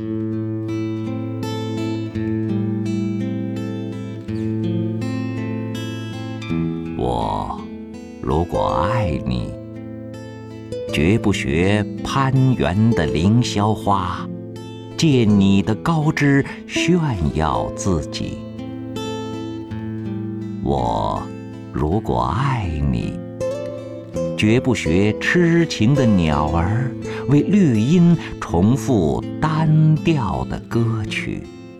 我如果爱你，绝不学攀援的凌霄花，借你的高枝炫耀自己。我如果爱你，绝不学痴情的鸟儿，为绿荫重复单调的歌曲，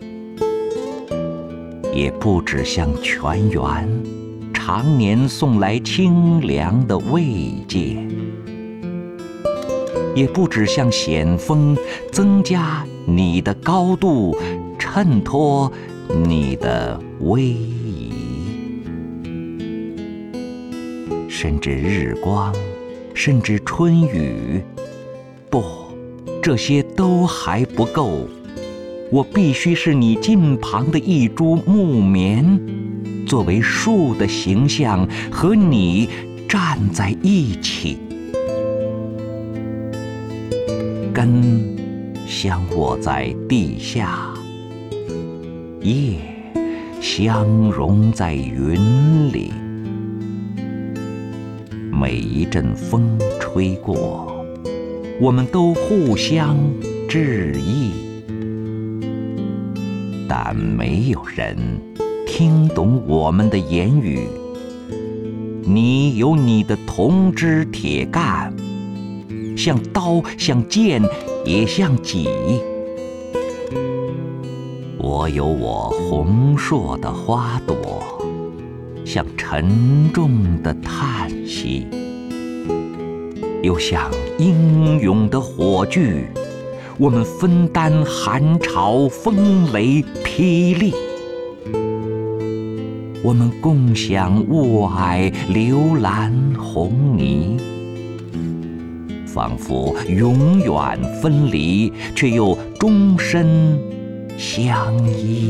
也不只向泉源常年送来清凉的慰藉，也不只向险峰增加你的高度，衬托你的威仪。甚至日光，甚至春雨，不，这些都还不够。我必须是你近旁的一株木棉，作为树的形象和你站在一起，根相握在地下，叶相融在云里。每一阵风吹过，我们都互相致意，但没有人听懂我们的言语。你有你的铜枝铁干，像刀，像剑，也像戟。我有我红硕的花朵，像沉重的叹息，又像英勇的火炬。我们分担寒潮、风雷、霹雳，我们共享雾霭、流岚、红泥，仿佛永远分离，却又终身相依。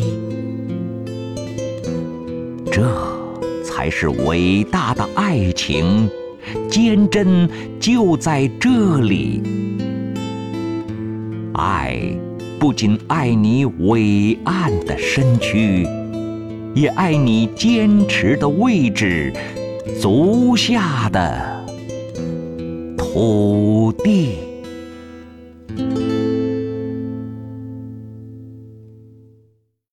这才是伟大的爱情，坚贞就在这里。爱不仅爱你伟岸的身躯，也爱你坚持的位置，足下的土地。